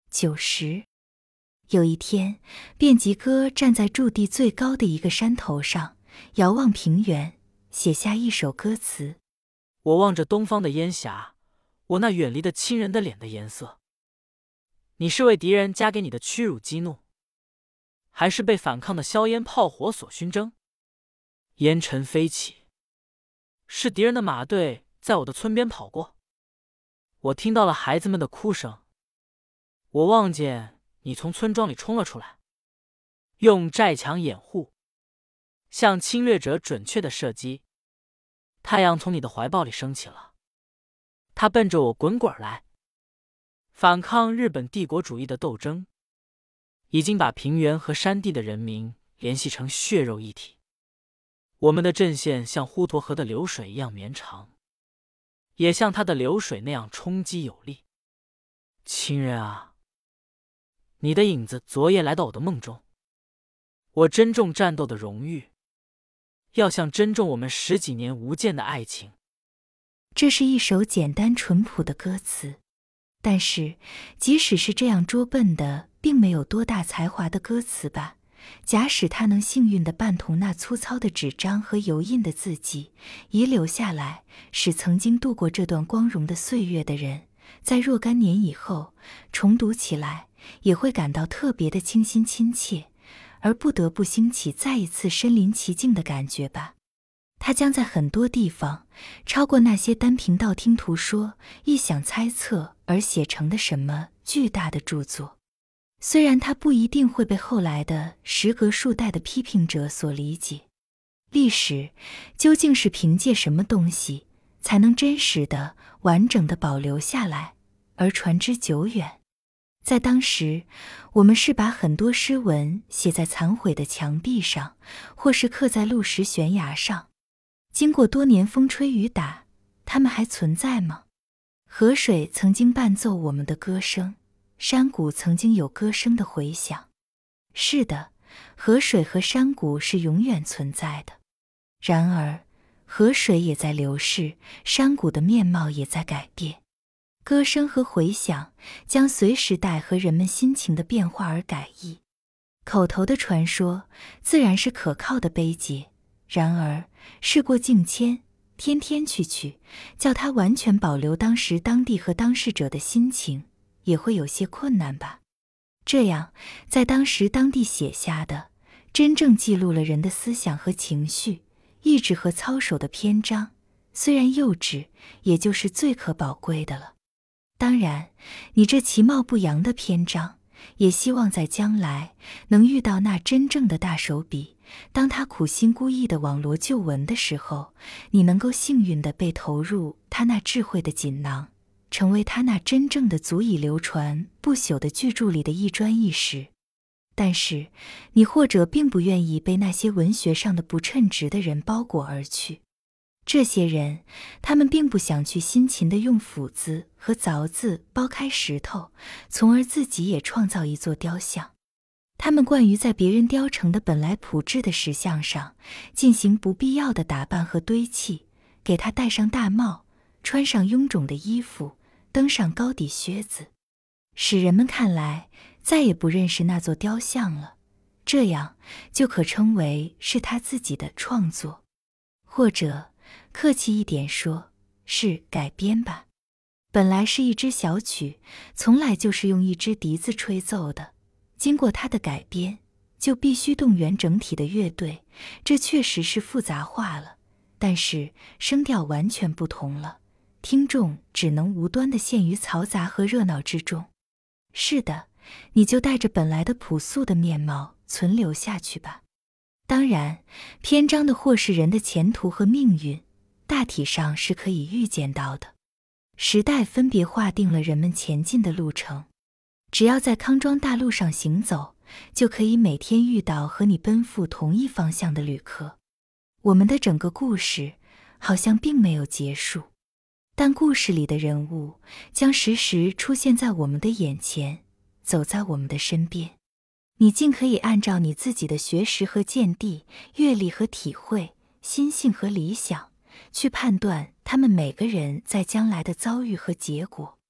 90。有一天，便吉哥站在驻地最高的一个山头上，遥望平原，写下一首歌词： 我望着东方的烟霞，我那远离的亲人的脸的颜色。你是为敌人加给你的屈辱激怒，还是被反抗的硝烟炮火所熏蒸？烟尘飞起，是敌人的马队在我的村边跑过。我听到了孩子们的哭声，我望见你从村庄里冲了出来，用寨墙掩护，向侵略者准确的射击。太阳从你的怀抱里升起了，它奔着我滚滚来。反抗日本帝国主义的斗争，已经把平原和山地的人民联系成血肉一体。我们的阵线像滹沱河的流水一样绵长，也像它的流水那样冲击有力。亲人啊，你的影子昨夜来到我的梦中，我珍重战斗的荣誉，要像珍重我们10几年无间的爱情。 这是一首简单淳朴的歌词，但是即使是这样拙笨的并没有多大才华的歌词吧，假使它能幸运地伴同那粗糙的纸张和油印的字迹遗留下来，使曾经度过这段光荣的岁月的人在若干年以后重读起来，也会感到特别的清新亲切，而不得不兴起再一次身临其境的感觉吧。它将在很多地方超过那些单凭道听途说、臆想猜测而写成的什么巨大的著作。虽然它不一定会被后来的时隔数代的批评者所理解。历史究竟是凭借什么东西才能真实的、完整的保留下来，而传之久远？在当时，我们是把很多诗文写在残毁的墙壁上，或是刻在路石悬崖上。经过多年风吹雨打，它们还存在吗？河水曾经伴奏我们的歌声，山谷曾经有歌声的回响。是的，河水和山谷是永远存在的。然而，河水也在流逝，山谷的面貌也在改变。歌声和回响将随时代和人们心情的变化而改易。口头的传说自然是可靠的碑碣，然而事过境迁，天天去，叫它完全保留当时当地和当事者的心情，也会有些困难吧。这样，在当时当地写下的，真正记录了人的思想和情绪、意志和操守的篇章，虽然幼稚，也就是最可宝贵的了。当然，你这其貌不扬的篇章，也希望在将来能遇到那真正的大手笔，当他苦心孤诣地网罗旧闻的时候，你能够幸运地被投入他那智慧的锦囊，成为他那真正的足以流传不朽的巨著里的一砖一石。但是，你或者并不愿意被那些文学上的不称职的人包裹而去。这些人，他们并不想去辛勤地用斧子和凿子剥开石头，从而自己也创造一座雕像。他们惯于在别人雕成的本来朴质的石像上进行不必要的打扮和堆砌，给他戴上大帽，穿上臃肿的衣服，登上高底靴子，使人们看来再也不认识那座雕像了。这样就可称为是他自己的创作，或者客气一点说，是改编吧。本来是一支小曲，从来就是用一支笛子吹奏的，经过它的改编，就必须动员整体的乐队，这确实是复杂化了，但是声调完全不同了，听众只能无端地陷于嘈杂和热闹之中。是的，你就带着本来的朴素的面貌存留下去吧。当然，篇章的或是人的前途和命运，大体上是可以预见到的。时代分别划定了人们前进的路程，只要在康庄大路上行走，就可以每天遇到和你奔赴同一方向的旅客。我们的整个故事好像并没有结束，但故事里的人物将时时出现在我们的眼前，走在我们的身边。你尽可以按照你自己的学识和见地、阅历和体会、心性和理想，去判断他们每个人在将来的遭遇和结果。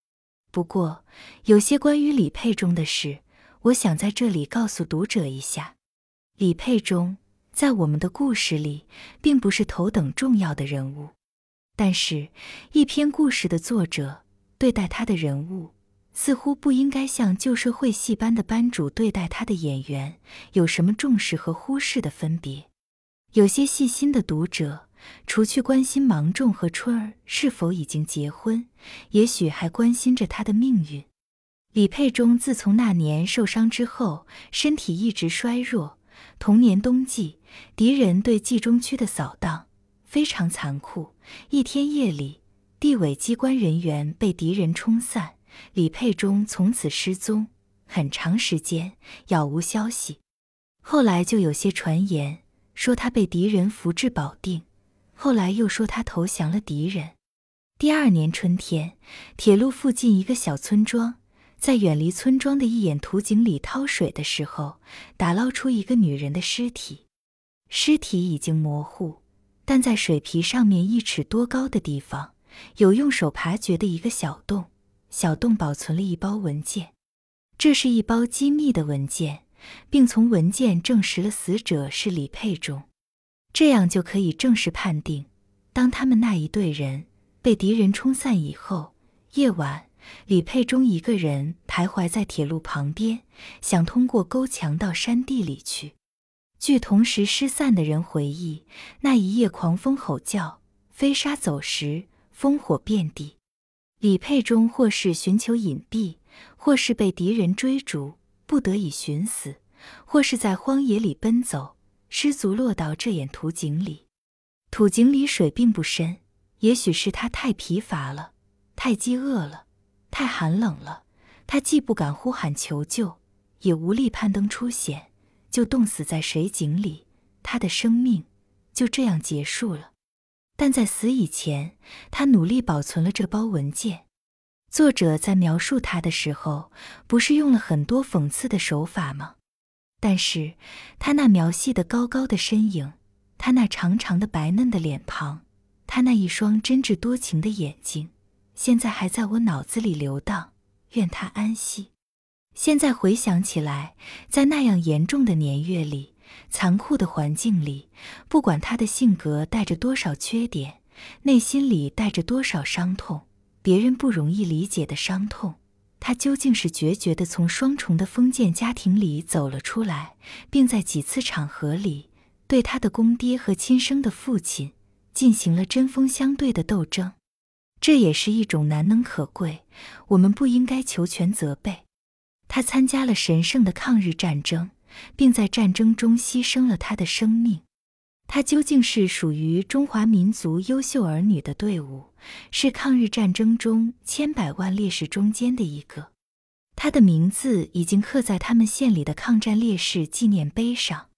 不过，有些关于李佩忠的事，我想在这里告诉读者一下。李佩忠在我们的故事里并不是头等重要的人物，但是一篇故事的作者对待他的人物，似乎不应该像旧社会戏班的班主对待他的演员有什么重视和忽视的分别。有些细心的读者，除去关心芒种和春儿是否已经结婚，也许还关心着他的命运。李佩忠自从那年受伤之后，身体一直衰弱。同年冬季，敌人对冀中区的扫荡非常残酷。一天夜里，地委机关人员被敌人冲散，李佩忠从此失踪，很长时间杳无消息。后来就有些传言说他被敌人俘至保定，后来又说他投降了敌人。第二年春天，铁路附近一个小村庄，在远离村庄的一眼土井里掏水的时候，打捞出一个女人的尸体。尸体已经模糊，但在水皮上面1尺多高的地方，有用手爬掘的一个小洞，小洞保存了一包文件。这是一包机密的文件，并从文件证实了死者是李佩忠。这样就可以正式判定，当他们那一队人被敌人冲散以后，夜晚李佩忠一个人徘徊在铁路旁边，想通过沟墙到山地里去。据同时失散的人回忆，那一夜狂风吼叫，飞沙走石，烽火遍地。李佩忠或是寻求隐蔽，或是被敌人追逐，不得已寻死，或是在荒野里奔走，失足落到这眼土井里。土井里水并不深，也许是他太疲乏了，太饥饿了，太寒冷了，他既不敢呼喊求救，也无力攀登出险，就冻死在水井里，他的生命就这样结束了。但在死以前，他努力保存了这包文件。作者在描述他的时候，不是用了很多讽刺的手法吗？但是他那描细的高高的身影，他那长长的白嫩的脸庞，他那一双真挚多情的眼睛，现在还在我脑子里游荡，愿他安息。现在回想起来，在那样严重的年月里，残酷的环境里，不管他的性格带着多少缺点，内心里带着多少伤痛，别人不容易理解的伤痛，他究竟是决绝地从双重的封建家庭里走了出来，并在几次场合里对他的公爹和亲生的父亲进行了针锋相对的斗争。这也是一种难能可贵，我们不应该求全责备。他参加了神圣的抗日战争，并在战争中牺牲了他的生命。他究竟是属于中华民族优秀儿女的队伍，是抗日战争中千百万烈士中间的一个。他的名字已经刻在他们县里的抗战烈士纪念碑上。